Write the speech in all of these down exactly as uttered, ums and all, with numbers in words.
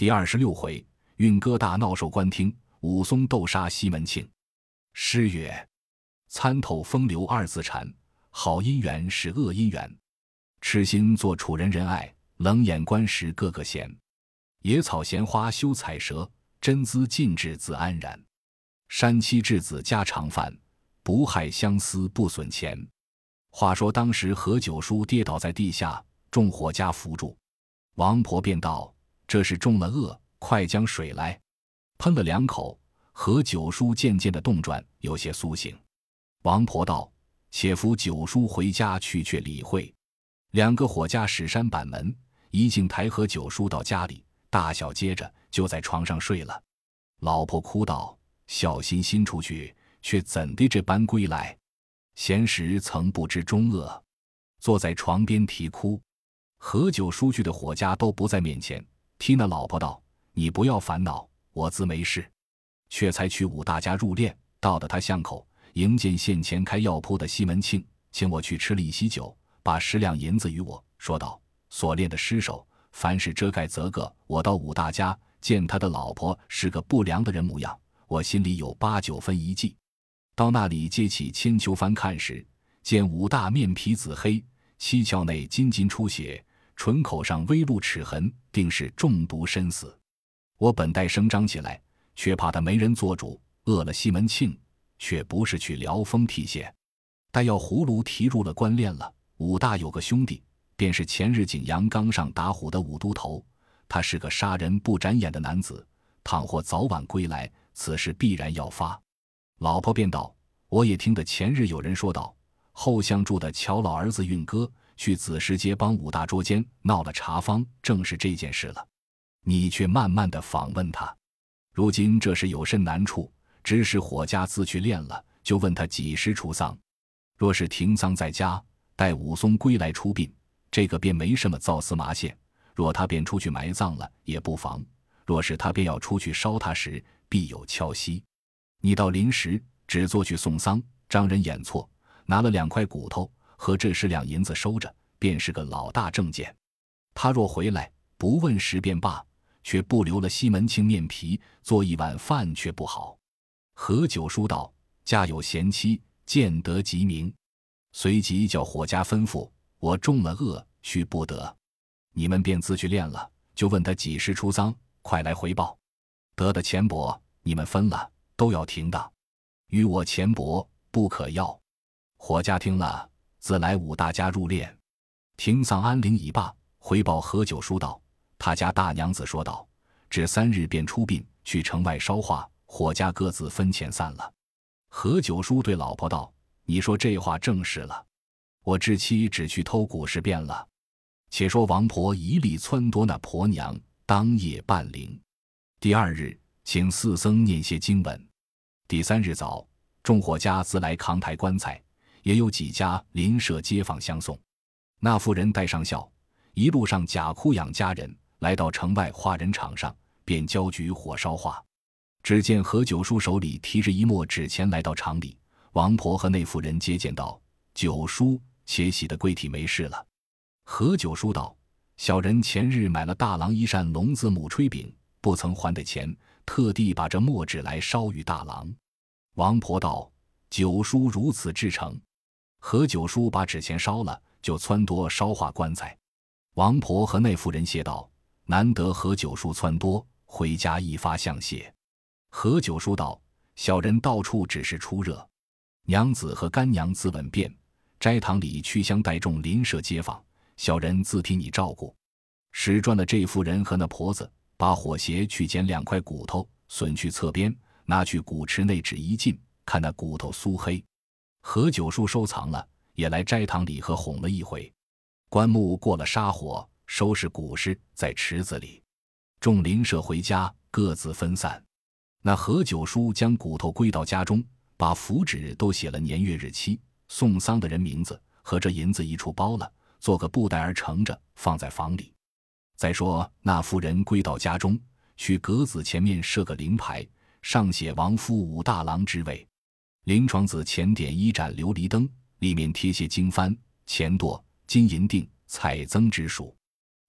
第二十六回，运歌大闹寿官厅，武松斗杀西门庆。诗曰：参透风流二字缠，好姻缘是恶姻缘。痴心做楚人人爱，冷眼观时个个嫌。野草闲花休采蛇，真姿尽致自安然。山妻稚子家常饭，不害相思不损钱。话说当时何九叔跌倒在地下，众伙家扶住，王婆便道：这是中了恶，快将水来。喷了两口，何九叔渐渐的动转，有些苏醒。王婆道：且扶九叔回家去却理会。两个伙家使山板门，一径抬何九叔到家里，大小接着就在床上睡了。老婆哭道：小心心出去，却怎地这般归来？闲时曾不知中恶，坐在床边啼哭。何九叔去的伙家都不在面前，踢那老婆道：你不要烦恼，我自没事。却才去武大家入殓，到的他巷口，迎见现前开药铺的西门庆，请我去吃了一席酒，把十两银子与我，说道：所练的尸首，凡是遮盖则个。我到武大家见他的老婆是个不良的人模样，我心里有八九分一计。到那里揭起千秋幡看时，见武大面皮紫黑，七窍内金金出血，唇口上微露齿痕，定是中毒身死。我本待声张起来，却怕他没人做主，饿了西门庆，却不是去疗风替泻。待要葫芦提入了官练了。武大有个兄弟，便是前日景阳冈上打虎的武都头，他是个杀人不眨眼的男子，倘或早晚归来，此事必然要发。老婆便道：我也听得前日有人说道，后巷住的乔老儿子运哥去子时街帮武大捉奸，闹了茶坊，正是这件事了。你却慢慢的访问他，如今这事有甚难处，只使伙家自去练了，就问他几时出丧。若是停丧在家，待武松归来出殡，这个便没什么造丝麻线；若他便出去埋葬了，也不妨；若是他便要出去烧他时，必有敲息。你到临时只做去送丧，张人眼错，拿了两块骨头和这十两银子收着，便是个老大证件。他若回来不问时便罢，却不留了西门庆面皮，做一碗饭却不好。何九叔道：家有贤妻，见得即明。随即叫伙家吩咐，我中了恶，去不得。你们便自去练了，就问他几时出丧，快来回报。得的钱帛你们分了，都要停当，与我钱帛不可要。伙家听了，自来武大家入殓。停丧安灵已罢，回报何九叔道：他家大娘子说道，只三日便出殡，去城外烧化，伙家各自分钱散了。何九叔对老婆道：你说这话正是了，我至妻只去偷古时便了。且说王婆一力撺掇那婆娘，当夜办灵。第二日请四僧念些经文。第三日早，众伙家自来扛抬棺材，也有几家邻舍街坊相送。那妇人带上孝，一路上假哭养家人，来到城外化人场上，便交举火烧化。只见何九叔手里提着一墨纸钱来到场里，王婆和那妇人接见道：九叔，且喜的贵体没事了。何九叔道：小人前日买了大郎一扇龙子母炊饼，不曾还的钱，特地把这墨纸来烧与大郎。王婆道：九叔如此至诚。何九叔把纸钱烧了，就撺掇烧化棺材。王婆和那妇人谢道：难得何九叔撺掇，回家一发相谢。何九叔道：小人到处只是出热，娘子和干娘自稳便，斋堂里去香带众邻舍街坊，小人自替你照顾。使转了这妇人和那婆子，把火鞋去捡两块骨头，损去侧边，拿去骨池内指一浸，看那骨头酥黑。何九叔收藏了，也来斋堂里和哄了一回。棺木过了沙火，收拾骨尸在池子里。众邻舍回家，各自分散。那何九叔将骨头归到家中，把符纸都写了年月日期，送丧的人名字和这银子一处包了，做个布袋儿盛着，放在房里。再说那妇人归到家中，去阁子前面设个灵牌，上写王夫武大郎之位。灵床子前点一盏琉璃灯，里面贴些经幡、钱垛、金银锭、彩增之数。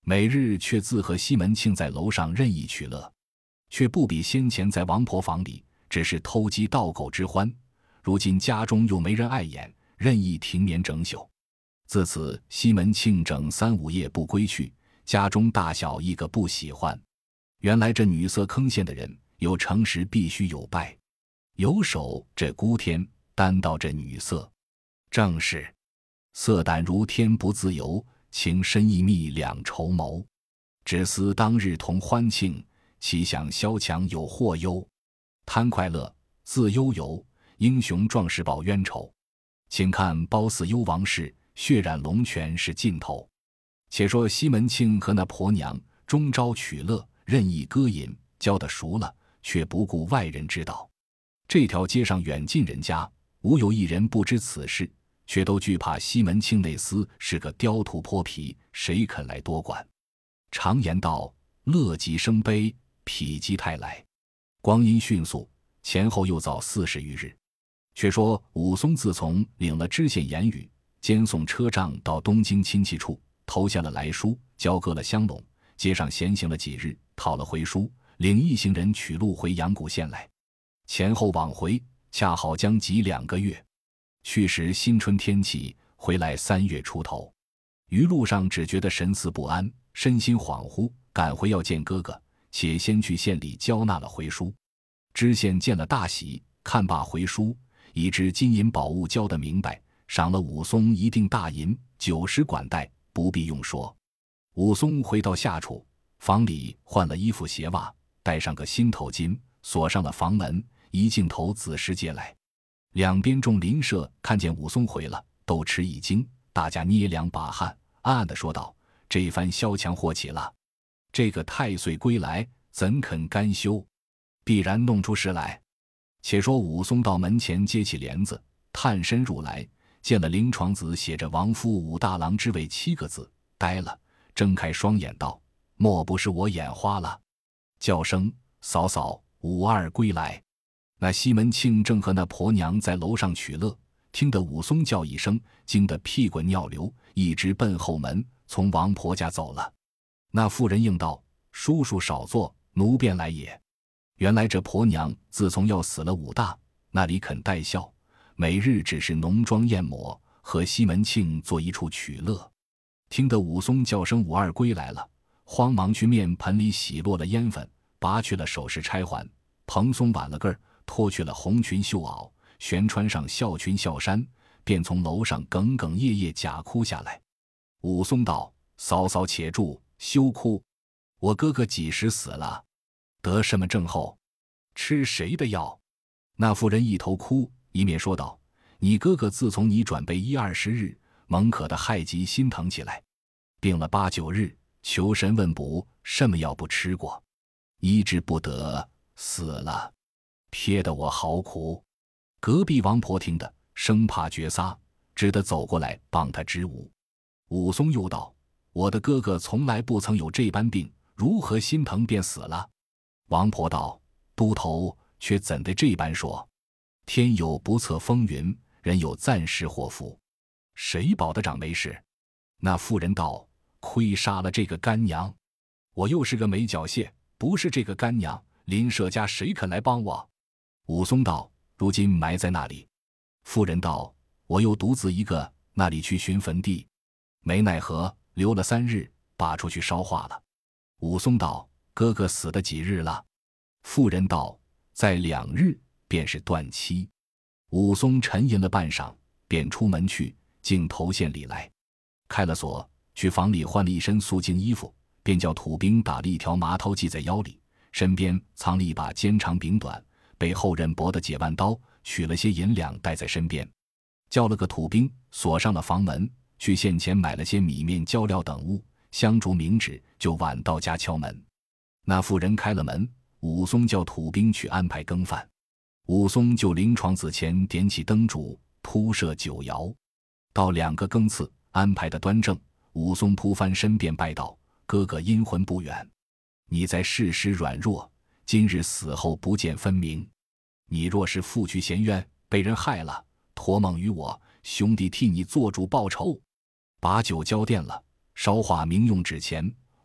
每日却自和西门庆在楼上任意取乐，却不比先前在王婆房里只是偷鸡盗狗之欢，如今家中又没人碍眼，任意停眠整宿。自此西门庆整三五夜不归去，家中大小一个不喜欢。原来这女色坑陷的人，有成时必须有败，有守这孤天，单道这女色，正是色胆如天不自由，情深意密两筹谋。只思当日同欢庆，岂想萧墙有祸忧。贪快乐，自悠游，英雄壮士报冤仇。请看褒姒幽王氏，血染龙泉是尽头。且说西门庆和那婆娘终朝取乐，任意歌饮，交得熟了，却不顾外人知道。这条街上远近人家，无有一人不知此事，却都惧怕西门庆那厮是个刁徒泼皮，谁肯来多管？常言道，乐极生悲，否极泰来。光阴迅速，前后又早四十余日。却说武松自从领了知县言语，兼送车仗到东京亲戚处，投下了来书，交割了香笼，街上闲行了几日，讨了回书，领一行人取路回阳谷县来。前后往回恰好将及两个月。去时新春天气，回来三月出头。余路上只觉得神思不安，身心恍惚，赶回要见哥哥，且先去县里交纳了回书。知县见了大喜，看罢回书，已知金银宝物交得明白，赏了武松一锭大银，九十管带，不必用说。武松回到下处，房里换了衣服鞋袜，戴上个新头巾，锁上了房门，一镜头子时节来。两边众邻舍看见武松回了，都吃一惊，大家捏两把汗，暗暗地说道：这番萧墙祸起了，这个太岁归来，怎肯甘休？必然弄出事来。且说武松到门前揭起帘子，探身入来，见了临床子写着王夫武大郎之位七个字，呆了，睁开双眼道：莫不是我眼花了？叫声嫂嫂，武二归来。那西门庆正和那婆娘在楼上取乐，听得武松叫一声，惊得屁滚尿流，一直奔后门，从王婆家走了。那妇人应道：叔叔少坐，奴便来也。原来这婆娘自从要死了武大，那里肯带孝，每日只是浓妆艳抹，和西门庆坐一处取乐。听得武松叫声武二归来了，慌忙去面盆里洗落了烟粉，拔去了首饰钗环，蓬松挽了个儿，脱去了红裙绣袄，旋穿上孝裙孝衫，便从楼上哽哽咽咽假哭下来。武松道：嫂嫂且住，休哭，我哥哥几时死了？得什么症候？吃谁的药？那妇人一头哭，一面说道：你哥哥自从你转背一二十日，猛可的害极心疼起来，病了八九日，求神问卜，什么药不吃过，医治不得，死了，撇得我好苦。隔壁王婆听得，生怕绝撒，只得走过来帮他支吾。武松又道：我的哥哥从来不曾有这般病，如何心疼便死了？王婆道：都头却怎的这般说？天有不测风云，人有暂时祸福，谁保得长没事？那妇人道：亏杀了这个干娘，我又是个没脚蟹，不是这个干娘，邻舍家谁肯来帮我？武松道：如今埋在那里？妇人道：我又独自一个，那里去寻坟地？没奈何，留了三日，拔出去烧化了。武松道：哥哥死的几日了？妇人道：在两日，便是断期。武松沉吟了半晌，便出门去，径投县里来，开了锁，去房里换了一身素净衣服，便叫土兵打了一条麻绦系在腰里，身边藏了一把尖长柄短、被后刃薄的解腕刀，取了些银两带在身边，叫了个土兵锁上了房门，去县前买了些米面胶料等物，香烛明纸，就晚到家敲门。那妇人开了门，武松叫土兵去安排羹饭。武松就临床子前点起灯烛，铺设酒肴，到两个更次安排的端正，武松扑翻身便拜道：哥哥阴魂不远，你在世时软弱，今日死后不见分明，你若是负去嫌冤，被人害了，托梦于我，兄弟替你做主报仇。把酒浇奠了，烧化明用纸钱，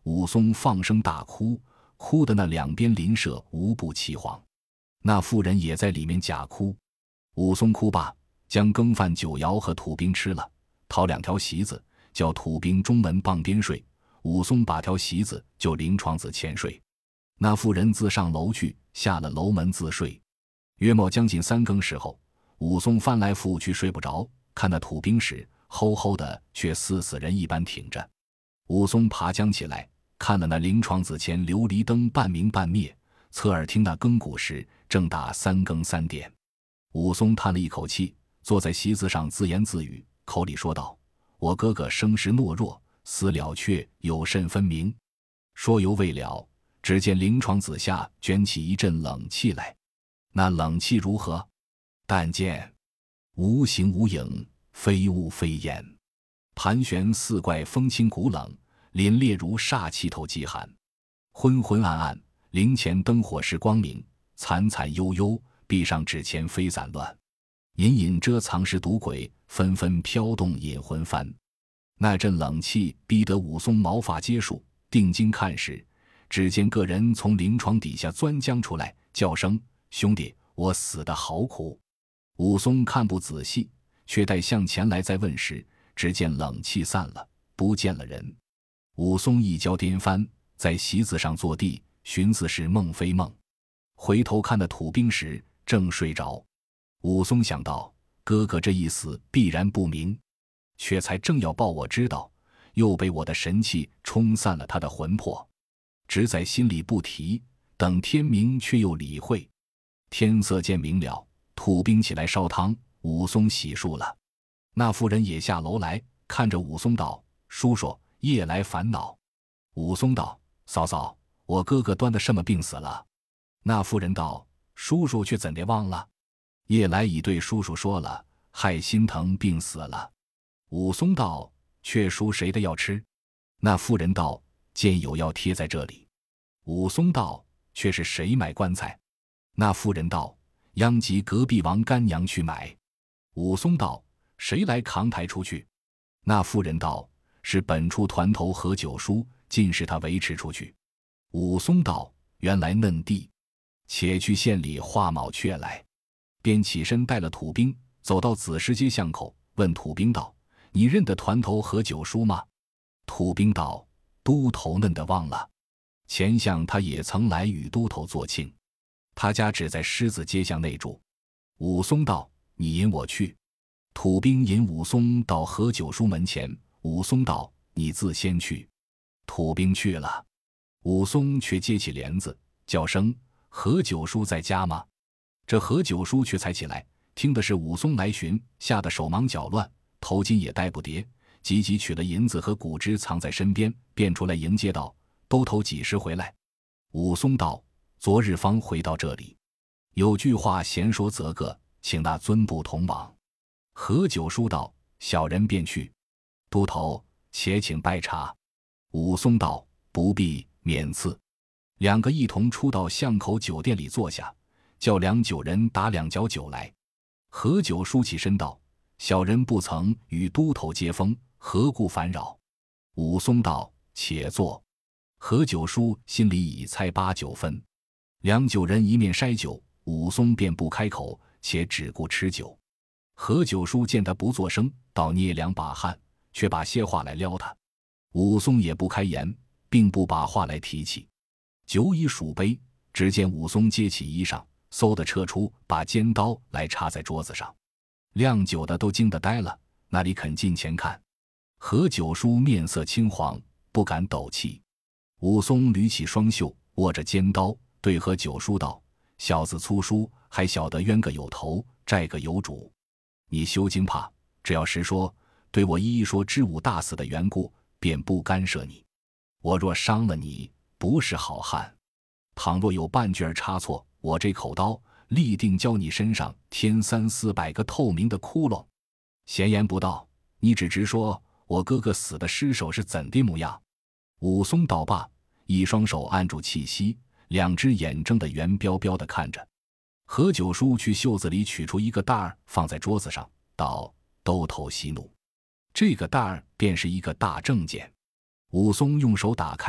武松放声大哭，哭的那两边邻舍无不齐惶。那妇人也在里面假哭。武松哭罢，将羹饭酒肴和土兵吃了，讨两条席子，叫土兵中门傍边睡，武松把条席子就临床子前睡。那妇人自上楼去，下了楼门自睡。约莫将近三更时候，武松翻来覆去睡不着，看那土兵时，齁齁的却似死人一般挺着。武松爬将起来，看了那临床子前琉璃灯半明半灭，侧耳听那更鼓时，正打三更三点。武松叹了一口气，坐在席子上自言自语，口里说道：我哥哥生时懦弱，死了却有甚分明。说犹未了，只见临床子下卷起一阵冷气来。那冷气如何？但见无形无影，非物非烟，盘旋四怪，风清骨冷，凛冽如煞气透饥寒。昏昏暗暗，灵前灯火是光明，惨惨悠悠，壁上纸钱飞散乱。隐隐遮藏是赌鬼，纷纷飘动引魂幡。那阵冷气逼得武松毛发皆竖，定睛看时，只见个人从灵床底下钻将出来，叫声：兄弟，我死得好苦。武松看不仔细，却待向前来再问时，只见冷气散了，不见了人。武松一跤颠翻，在席子上坐地，寻思是梦非梦。回头看那土兵时，正睡着。武松想到，哥哥这一死必然不明，却才正要报我知道，又被我的神气冲散了他的魂魄，只在心里不提，等天明却又理会。天色渐明了，土兵起来烧汤，武松洗漱了。那妇人也下楼来，看着武松道：叔叔，夜来烦恼。武松道：嫂嫂，我哥哥端的什么病死了？那妇人道：叔叔却怎地忘了？夜来已对叔叔说了，害心疼病死了。武松道：却输谁的药吃？那妇人道：见有药贴在这里。武松道：却是谁买棺材？那妇人道：央及隔壁王干娘去买。武松道：谁来扛抬出去？那妇人道：是本处团头何九叔，尽是他维持出去。武松道：原来嫩弟，且去县里画卯雀来。便起身带了土兵，走到子时街巷口，问土兵道：你认得团头何九叔吗？土兵道：都头嫩的忘了，前巷他也曾来与都头做庆，他家只在狮子街巷内住。武松道：你引我去。土兵引武松到何九叔门前，武松道：你自先去。土兵去了，武松却接起帘子，叫声：何九叔在家吗？这何九叔却才起来，听的是武松来寻，吓得手忙脚乱，头巾也带不叠，急急取了银子和谷枝藏在身边，便出来迎接道：都头几时回来？武松道：昨日方回到这里，有句话闲说则个，请那尊部同往。何九叔道：小人便去。都头，且请拜茶。武松道：不必，免赐。两个一同出到巷口酒店里坐下，叫两酒人打两角酒来。何九叔起身道：小人不曾与都头接风，何故烦扰？武松道：且坐。何九叔心里已猜八九分。两酒人一面筛酒，武松便不开口，且只顾吃酒。何九叔见他不作声，倒捏两把汗，却把些话来撩他。武松也不开言，并不把话来提起。酒已数杯，只见武松接起衣裳，嗖地撤出，把尖刀来插在桌子上。酿酒的都惊得呆了，哪里肯近前看。何九叔面色青黄，不敢抖气。武松捋起双袖，握着尖刀，对何九叔道：小子粗疏，还晓得冤个有头，债个有主。你休惊怕，只要实说，对我一一说知武大死的缘故，便不干涉你。我若伤了你，不是好汉。倘若有半句儿差错，我这口刀立定教你身上添三四百个透明的窟窿。闲言不道，你只直说我哥哥死的尸首是怎的模样。武松道罢，一双手按住气息，两只眼睁得圆标标地看着。何九叔去袖子里取出一个袋儿，放在桌子上，道：都头息怒。这个袋儿便是一个大证件。武松用手打开，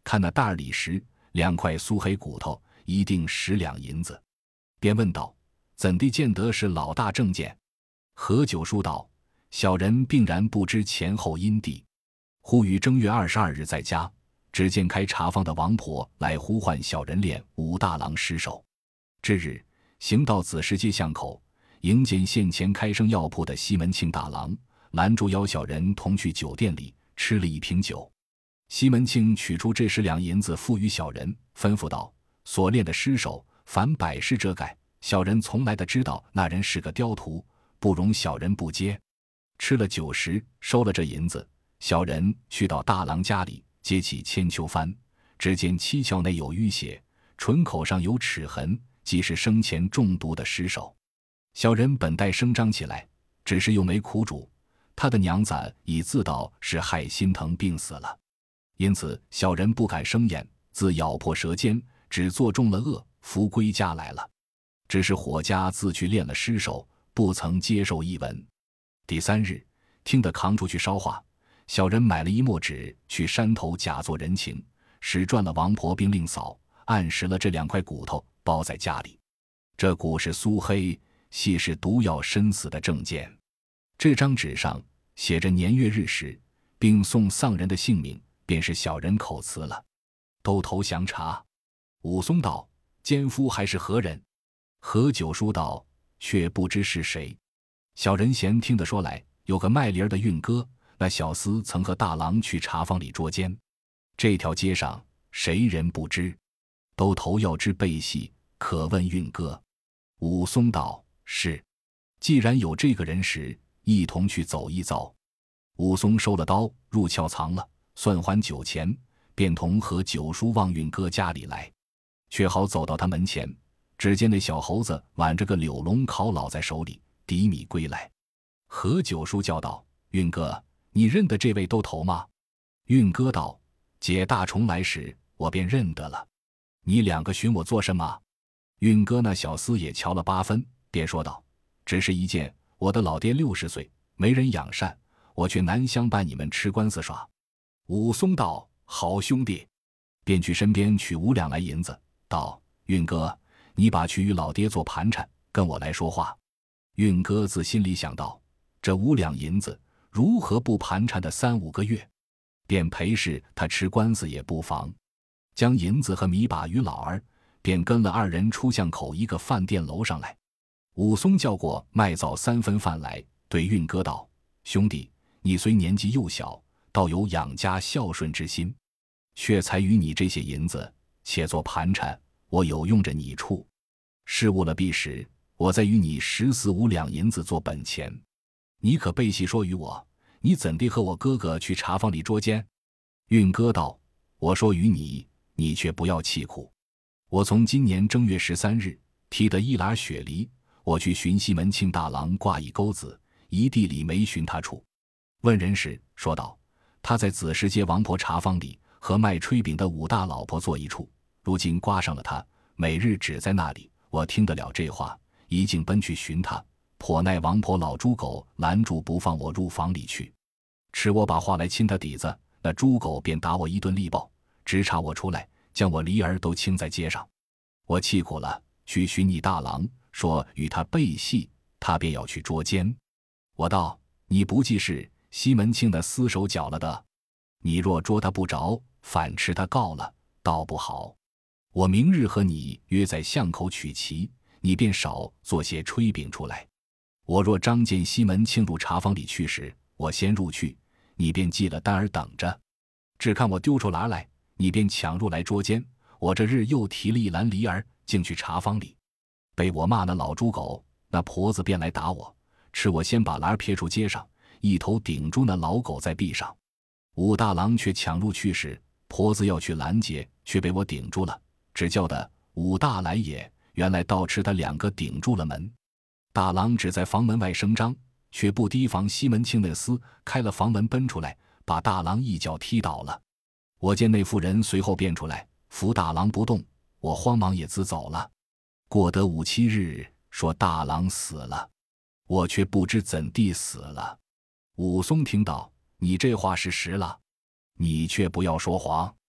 看那袋里时，两块酥黑骨头，一定十两银子。便问道：怎地见得是老大证件？何九叔道：小人并然不知前后因地。忽于正月二十二日在家，只见开茶坊的王婆来呼唤小人练武大郎尸首。这日行到子时街巷口，迎见县前开生药铺的西门庆大郎，拦住邀小人同去酒店里吃了一瓶酒。西门庆取出这十两银子付与小人，吩咐道：所练的尸首凡百事遮盖，小人从来的知道那人是个刁徒，不容小人不接。吃了酒时收了这银子，小人去到大郎家里接起千秋幡，只见七窍内有淤血，唇口上有齿痕，即是生前中毒的尸首。小人本待声张起来，只是又没苦主，他的娘子已自道是害心疼病死了，因此小人不敢生言，自咬破舌尖，只做中了恶，扶归家来了。只是伙家自去练了尸首，不曾接受一文。第三日听得扛出去烧化，小人买了一墨纸去山头假作人情，使赚了王婆并令嫂，按时了这两块骨头包在家里。这骨是苏黑，系是毒药身死的证件。这张纸上写着年月日时，并送丧人的姓名，便是小人口词了。都投降查。武松道：奸夫还是何人？何九叔道：却不知是谁。小人嫌听得说来，有个卖梨儿的运哥，那小厮曾和大郎去茶坊里捉奸，这条街上谁人不知？都头要知背细，可问运哥。武松道：是。既然有这个人时，一同去走一遭。武松收了刀，入鞘藏了，算还酒钱，便同何九叔往运哥家里来。却好走到他门前，只见那小猴子挽着个柳笼烤老在手里，抵米归来。何九叔叫道：运哥，你认得这位都头吗？运哥道：解大虫来时，我便认得了。你两个寻我做什么？运哥那小厮也瞧了八分，便说道：只是一件，我的老爹六十岁，没人养善，我却难相伴你们吃官司耍。武松道：好兄弟，便去身边取五两来银子，道：运哥，你把去与老爹做盘缠，跟我来说话。运哥自心里想到，这五两银子如何不盘缠的三五个月，便陪侍他吃官司也不妨，将银子和米把与老儿，便跟了二人出巷口一个饭店楼上来。武松叫过卖造三分饭来，对运哥道：兄弟，你虽年纪幼小，倒有养家孝顺之心，却才与你这些银子，且做盘缠，我有用着你处。事误了毕时，我再与你十四五两银子做本钱。你可背细说与我，你怎地和我哥哥去茶坊里捉奸？运哥道：我说与你，你却不要气苦。我从今年正月十三日提得一篮雪梨，我去寻西门庆大郎挂一钩子，一地里没寻他处。问人时说道：他在子时街王婆茶坊里和卖炊饼的武大老婆坐一处，如今刮上了他，每日只在那里。我听得了这话，一径奔去寻他，颇奈王婆老猪狗拦住不放我入房里去。吃我把话来亲他底子，那猪狗便打我一顿力爆，直插我出来，将我梨儿都倾在街上。我气苦了，去寻你大郎，说与他背戏，他便要去捉奸。我道：你不记是西门庆的厮手搅了的，你若捉他不着，反吃他告了，倒不好。我明日和你约在巷口取旗，你便少做些炊饼出来。我若张见西门庆入茶坊里去时，我先入去，你便记了单儿等着。只看我丢出篮来，你便抢入来捉奸。我这日又提了一篮梨儿，竟去茶坊里，被我骂那老猪狗，那婆子便来打我，吃我先把篮撇出街上，一头顶住那老狗在壁上。武大郎却抢入去时，婆子要去拦截，却被我顶住了，只叫的武大来也，原来倒吃他两个顶住了门。大郎只在房门外声张，却不提防西门庆那厮开了房门奔出来，把大郎一脚踢倒了。我见那妇人随后便出来扶大郎不动，我慌忙也自走了。过得五七日，说大郎死了，我却不知怎地死了。武松听到，你这话是实了，你却不要说谎。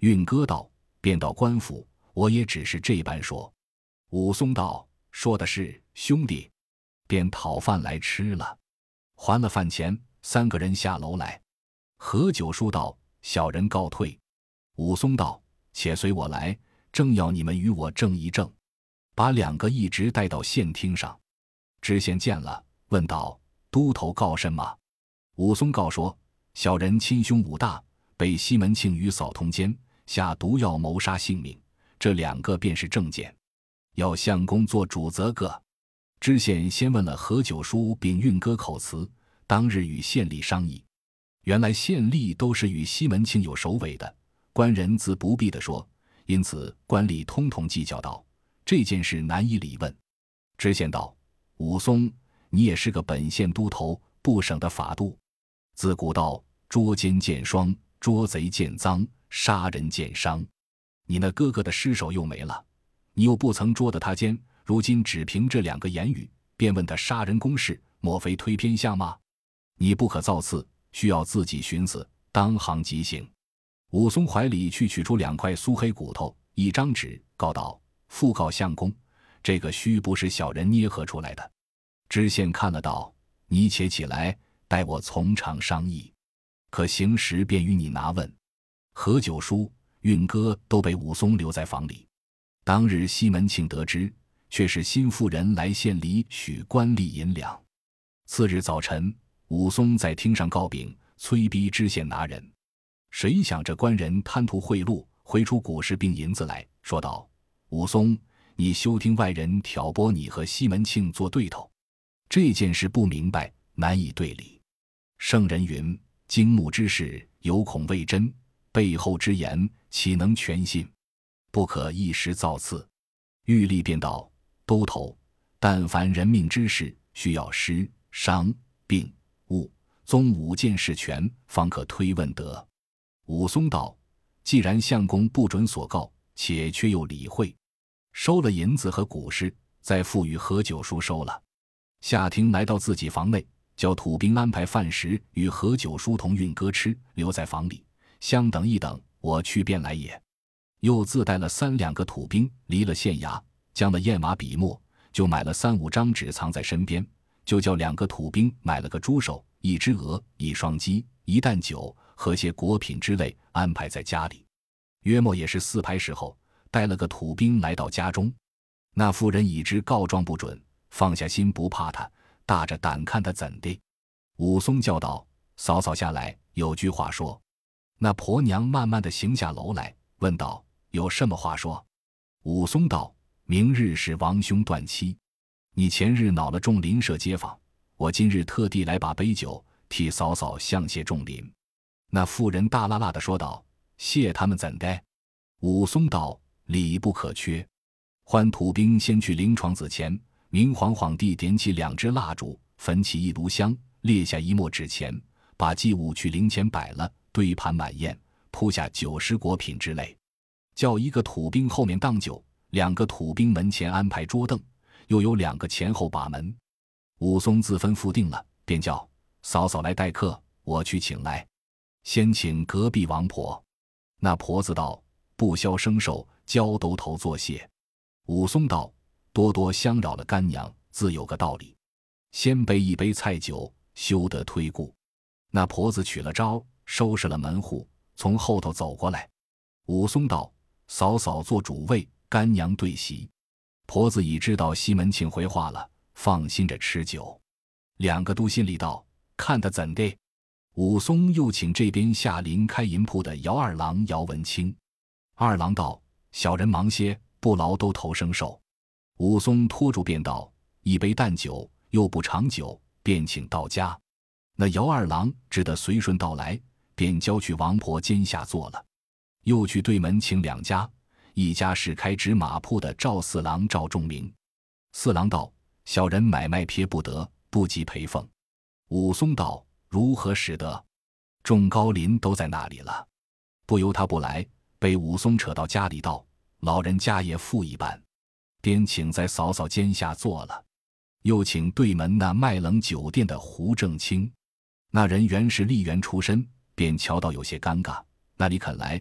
运哥道：便到官府，我也只是这般说。武松道：说的是，兄弟。便讨饭来吃了，还了饭钱，三个人下楼来。何九叔道：小人告退。武松道：且随我来，正要你们与我正一正。把两个一直带到县厅上。知县见了，问道：都头告甚么？武松告说：小人亲兄武大，被西门庆与嫂通奸，下毒药谋杀性命，这两个便是证件，要相公做主责个。知县先问了何九叔并运哥口词，当日与县吏商议。原来县吏都是与西门庆有首尾的，官人自不必的说，因此官吏通通计较道：这件事难以理问。知县道：武松，你也是个本县都头，不省的法度。自古道：捉奸见双，捉贼见赃，杀人见伤。你那哥哥的尸首又没了，你又不曾捉得他奸，如今只凭这两个言语，便问他杀人公事，莫非推偏向吗？你不可造次，需要自己寻思，当行即行。武松怀里去取出两块酥黑骨头，一张纸，告道：复告相公，这个须不是小人捏合出来的。知县看了道：你且起来，待我从长商议，可行时便与你拿问。何九叔、运哥都被武松留在房里。当日西门庆得知，却是新妇人来县里许官吏银两。次日早晨，武松在厅上告禀，催逼知县拿人。谁想这官人贪图贿赂，挥出古石并银子来，说道：武松，你休听外人挑拨你和西门庆做对头，这件事不明白，难以对理。圣人云：惊目之事，有恐未真，背后之言，岂能全信？不可一时造次。玉立便道：都头，但凡人命之事，需要尸、伤、病、物、宗五件事全，方可推问得。武松道：既然相公不准所告，且却又理会。收了银子和古尸，再付与何九叔收了。下厅来到自己房内，叫土兵安排饭食与何九叔同运哥吃，留在房里，相等一等，我去便来也。又自带了三两个土兵，离了县衙，将了砚码笔墨，就买了三五张纸藏在身边，就叫两个土兵买了个猪手、一只鹅、一双鸡、一担酒和些果品之类，安排在家里。约莫也是四排时候，带了个土兵来到家中。那妇人已知告状不准，放下心不怕他，大着胆看他怎的。武松叫道：嫂嫂下来，有句话说。那婆娘慢慢的行下楼来，问道：有什么话说？武松道：明日是王兄断期，你前日恼了众邻舍街坊，我今日特地来把杯酒，替嫂嫂向谢众邻。那妇人大啦啦的说道：谢他们怎的？武松道：礼不可缺。唤土兵先去灵床子前，明晃晃地点起两支蜡烛，焚起一炉香，列下一墨纸钱，把祭物去灵前摆了，堆盘满宴，铺下酒食果品之类，叫一个土兵后面当酒，两个土兵门前安排桌凳，又有两个前后把门。武松自吩咐定了，便叫嫂嫂来待客，我去请来。先请隔壁王婆。那婆子道：不消生寿，交兜头作谢。武松道：多多相扰了干娘，自有个道理。先备一杯菜酒，休得推顾。那婆子取了招，收拾了门户，从后头走过来。武松道：嫂嫂做主位，干娘对席。婆子已知道西门庆回话了，放心着吃酒。两个都心里道：看他怎的。武松又请这边下临开银铺的姚二郎姚文清。二郎道：小人忙些，不劳都头生寿。武松拖住便道：一杯淡酒，又不长久，便请到家。那姚二郎只得随顺道来，便交去王婆肩下坐了。又去对门请两家，一家是开纸马铺的赵四郎赵仲明。四郎道：小人买卖撇不得，不及陪奉。武松道：如何使得？众高邻都在那里了。不由他不来，被武松扯到家里道：老人家也负一般，便请在嫂嫂肩下坐了。又请对门那卖冷酒店的胡正清，那人原是吏员出身，便瞧到有些尴尬，那里肯来，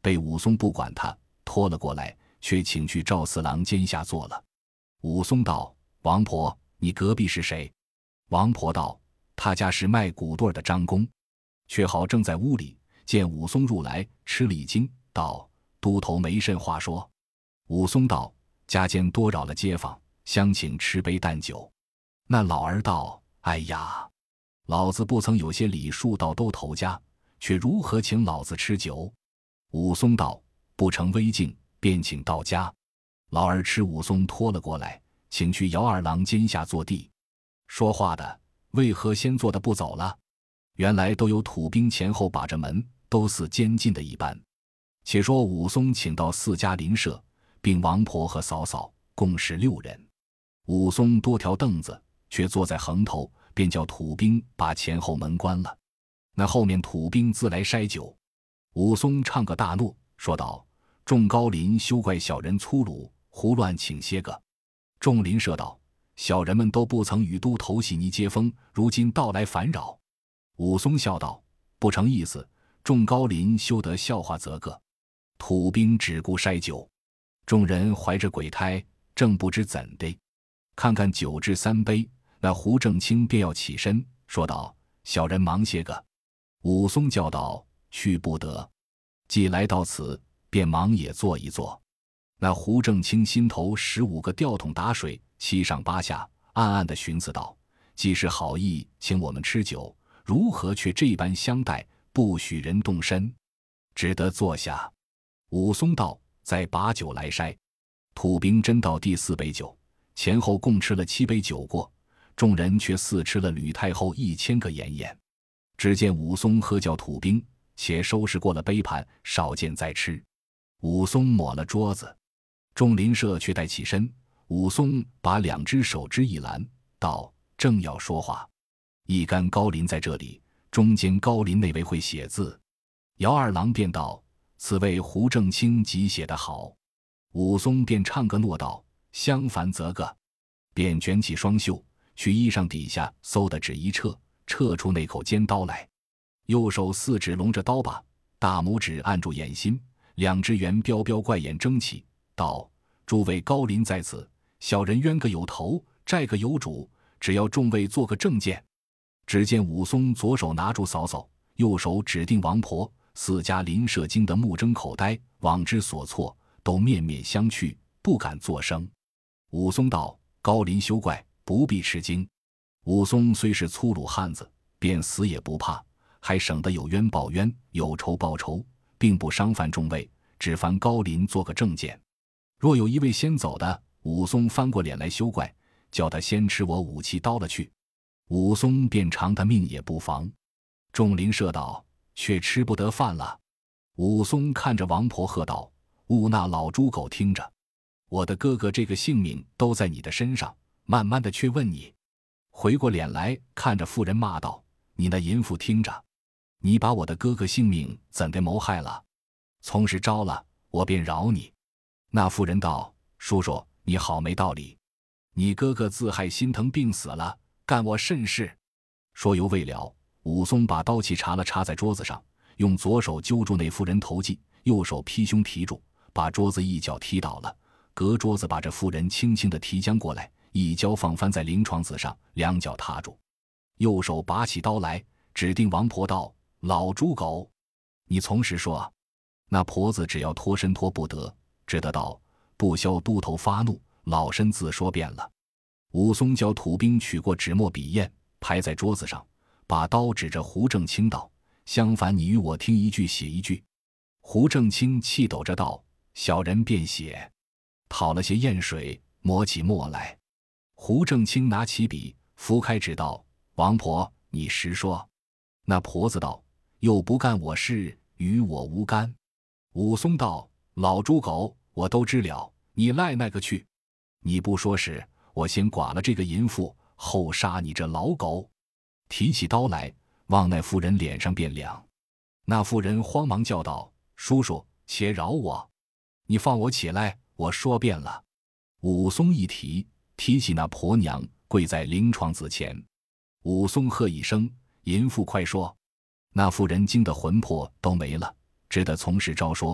被武松不管他，拖了过来，却请去赵四郎监下坐了。武松道：王婆，你隔壁是谁？王婆道：他家是卖骨对的张公。却好正在屋里，见武松入来，吃了一惊，道：都头没甚话说。武松道：家间多扰了街坊，相请吃杯淡酒。那老儿道：哎呀，老子不曾有些礼数到都头家，却如何请老子吃酒？武松道：不成威敬，便请到家。老儿吃武松拖了过来，请去姚二郎监下坐地。说话的为何先坐的不走了？原来都有土兵前后把着门，都似监禁的一般。且说武松请到四家邻舍，并王婆和嫂嫂，共是六人。武松多条凳子，却坐在横头，便叫土兵把前后门关了。那后面土兵自来筛酒。武松唱个大诺，说道：众高邻休怪小人粗鲁，胡乱请些个。众邻舍道：小人们都不曾与都头洗泥接风，如今到来烦扰。武松笑道：不成意思，众高邻休得笑话则个。土兵只顾筛酒。众人怀着鬼胎，正不知怎的，看看酒至三杯，那胡正清便要起身，说道：小人忙些个。武松叫道：去不得。既来到此，便忙也坐一坐。那胡正清心头十五个吊桶打水，七上八下，暗暗地寻思道：既是好意请我们吃酒，如何却这般相待，不许人动身？只得坐下。武松道：再把酒来筛。土兵真到第四杯酒，前后共吃了七杯酒过，众人却似吃了吕太后一千个盐盐。只见武松喝叫土兵且收拾过了杯盘，少见再吃。武松抹了桌子，众邻舍却待起身。武松把两只手之一拦，道：正要说话，一干高邻在这里，中间高邻那位会写字。姚二郎便道：此位胡正清即写得好。武松便唱个诺道：相反则个。便卷起双袖，去衣裳底下嗖的只一撤，撤出那口尖刀来，右手四指拢着刀把，大拇指按住眼心，两只圆标标怪眼睁起，道：诸位高邻在此，小人冤个有头，债个有主，只要众位做个证件。只见武松左手拿住嫂嫂，右手指定王婆，四家邻舍惊得目睁口呆，往之所措，都面面相觑，不敢作声。武松道：高邻休怪，不必吃惊。武松虽是粗鲁汉子，便死也不怕，还省得有冤报冤，有仇报仇，并不伤犯众位，只烦高邻做个证件。若有一位先走的，武松翻过脸来休怪，叫他先吃我武器刀了去。武松便偿他命也不妨。众邻舍道：却吃不得饭了。武松看着王婆喝道：勿那老猪狗听着，我的哥哥这个性命都在你的身上，慢慢的却问你。回过脸来看着妇人骂道：你那淫妇听着，你把我的哥哥性命怎的谋害了？从实招了，我便饶你。那妇人道：叔叔，你好没道理，你哥哥自害心疼病死了，干我甚事？说犹未了，武松把刀器插了插在桌子上，用左手揪住那妇人头髻，右手劈胸提住，把桌子一脚踢倒了，隔桌子把这妇人轻轻地提将过来，一跤放翻在临床子上，两脚踏住，右手拔起刀来，指定王婆道：老猪狗，你从实说。那婆子只要脱身脱不得，只得道：不消都头发怒，老身自说遍了。武松叫土兵取过纸墨笔砚，排在桌子上，把刀指着胡正清道：相反你与我听一句写一句。胡正清气抖着道：小人便写。讨了些砚水，抹起墨来。胡正清拿起笔，拂开纸道：王婆，你实说。那婆子道：又不干我事，与我无干。武松道：老猪狗，我都知了，你赖那个去。你不说时，我先剐了这个淫妇，后杀你这老狗。提起刀来，往那妇人脸上便量。那妇人慌忙叫道：叔叔，且饶我，你放我起来，我说遍了。武松一提，提起那婆娘，跪在临床子前。武松喝一声：淫妇快说。那妇人惊得魂魄都没了，只得从实招说，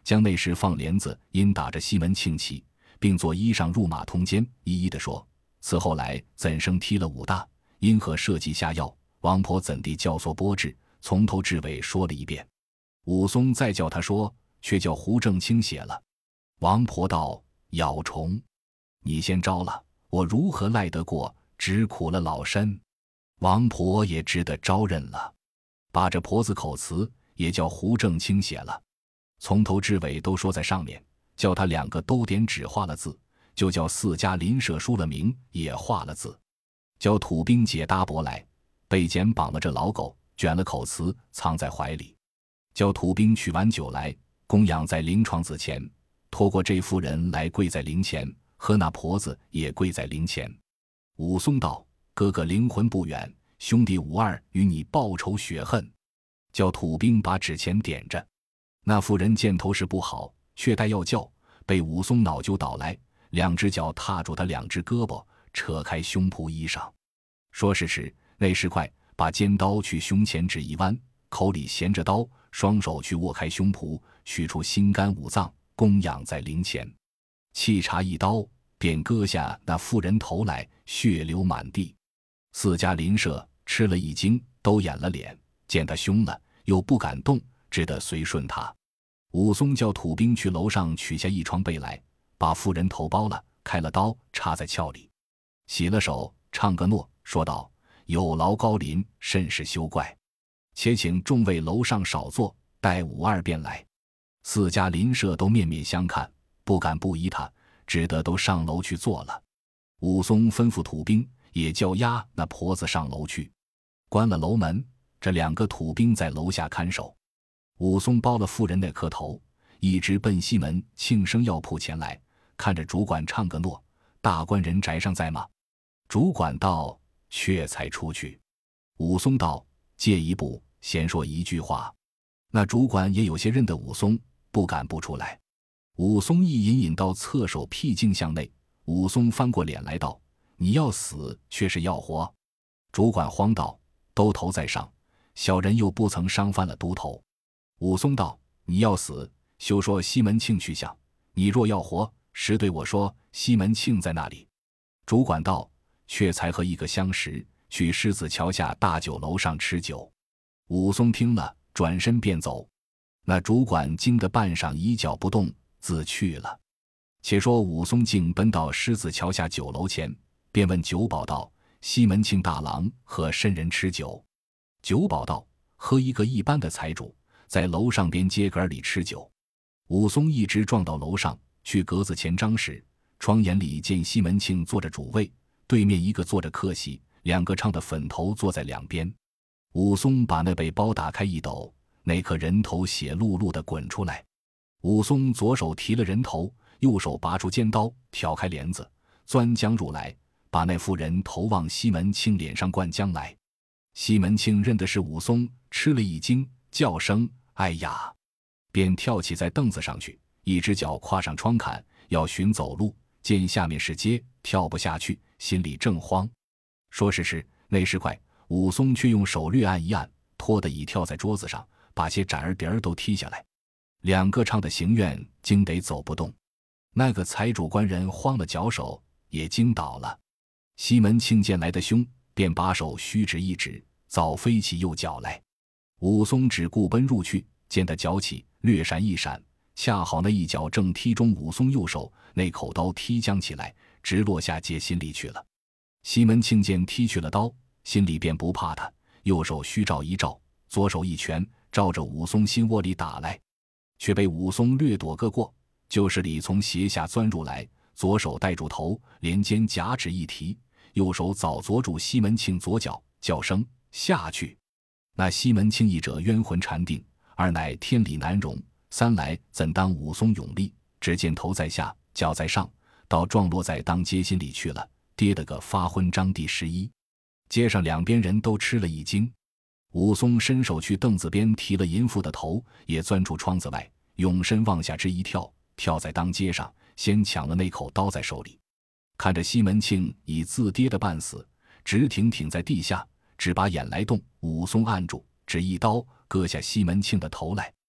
将那时放帘子因打着西门庆起，并作衣裳入马通奸，一一地说：此后来怎生踢了武大，因何设计下药，王婆怎地教唆拨治，从头至尾说了一遍。武松再叫他说，却叫胡正清写了。王婆道：咬虫，你先招了，我如何赖得过，只苦了老身。王婆也只得招认了，把这婆子口词也叫胡正清写了，从头至尾都说在上面，叫他两个都点纸画了字，就叫四家邻舍书了名也画了字，叫土兵解搭帛来，被剪绑了这老狗，卷了口词藏在怀里，叫土兵取完酒来，供养在灵床子前，拖过这妇人来跪在灵前，和那婆子也跪在灵前。武松道：哥哥灵魂不远，兄弟武二与你报仇雪恨。叫土兵把纸钱点着。那妇人见头势不好，却待要叫，被武松恼就倒来，两只脚踏住他两只胳膊，扯开胸脯衣裳。说时迟，那时快，把尖刀去胸前只一弯，口里衔着刀，双手去握开胸脯，取出心肝五脏，供养在灵前。沏茶一刀，便割下那妇人头来，血流满地。四家邻舍吃了一惊，都掩了脸，见他凶了，又不敢动，只得随顺他。武松叫土兵去楼上取下一床被来，把妇人头包了，开了刀，插在鞘里，洗了手，唱个诺，说道：有劳高邻，甚是休怪，且请众位楼上少坐，待武二便来。四家邻舍都面面相看，不敢不依他，只得都上楼去坐了。武松吩咐土兵也叫押那婆子上楼去，关了楼门，这两个土兵在楼下看守。武松包了妇人那颗头，一直奔西门庆生药铺前来，看着主管唱个诺：大官人宅上在吗？主管道：却才出去。武松道：借一步，先说一句话。那主管也有些认得武松，不敢不出来。武松一隐隐到侧手僻静向内，武松翻过脸来道：你要死却是要活？主管慌道：都头在上，小人又不曾伤犯了都头。武松道：你要死，休说西门庆去向，你若要活，实对我说西门庆在那里？主管道：却才和一个相识，去狮子桥下大酒楼上吃酒。武松听了，转身便走。那主管惊得半晌一脚不动，自去了。且说武松竟奔到狮子桥下酒楼前，便问酒保道：西门庆大郎和甚人吃酒？酒保道：和一个一般的财主，在楼上边街格里吃酒。武松一直撞到楼上去，格子前张时，窗眼里见西门庆坐着主位，对面一个坐着客席，两个唱的粉头坐在两边。武松把那被包打开一抖，那颗人头血漉漉的滚出来。武松左手提了人头，右手拔出尖刀，挑开帘子，钻将入来，把那妇人头往西门庆脸上灌将来。西门庆认的是武松，吃了一惊，叫声哎呀，便跳起在凳子上去，一只脚跨上窗槛，要寻走路，见下面是街，跳不下去，心里正慌。说时迟，那时快，武松却用手略按一按，拖得已跳在桌子上，把些盏儿碟儿都踢下来。两个唱的行院惊得走不动，那个财主官人慌了脚手，也惊倒了。西门庆见来的凶，便把手虚指一指，早飞起右脚来。武松只顾奔入去，见他脚起，略闪一闪，恰好那一脚正踢中武松右手，那口刀踢将起来，直落下街心里去了。西门庆见踢去了刀，心里便不怕他，右手虚照一照，左手一拳照着武松心窝里打来，却被武松略躲个过，就是里从斜下钻入来，左手带住头，连肩夹指一提，右手早捉住西门庆左脚，叫声下去。那西门庆一者冤魂缠定，二乃天理难容，三来怎当武松勇力？只见头在下，脚在上，倒撞落在当街心里去了，跌得个发昏张地十一。街上两边人都吃了一惊。武松伸手去凳子边提了淫妇的头，也钻出窗子外，永身往下之一跳，跳在当街上，先抢了那口刀在手里。看着西门庆已自跌得半死，直挺挺在地下，只把眼来动，武松按住，只一刀割下西门庆的头来。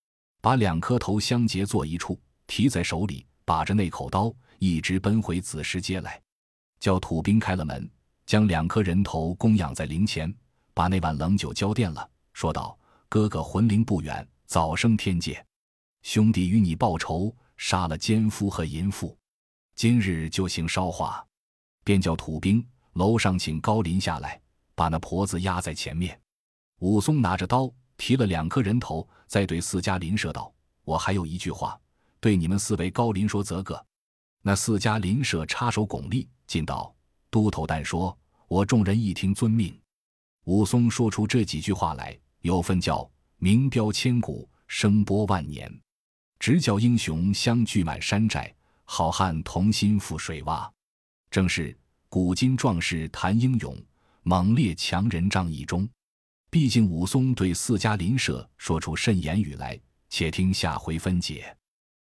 把两颗头相结作一处，提在手里，把着那口刀，一直奔回子时街来。叫土兵开了门，将两颗人头供养在灵前，把那碗冷酒浇奠了，说道：哥哥魂灵不远，早升天界，兄弟与你报仇，杀了奸夫和淫妇，今日就行烧化。便叫土兵楼上请高林下来，把那婆子压在前面。武松拿着刀，提了两颗人头，再对四家邻舍道：我还有一句话，对你们四位高邻说则个。那四家邻舍插手拱立，进道：都头但说，我众人一听遵命。武松说出这几句话来，有份叫名标千古，声波万年，直叫英雄相聚满山寨，好汉同心赴水洼。正是古今壮士谈英勇，猛烈强人仗义忠。毕竟武松对四家邻舍说出甚言语来，且听下回分解。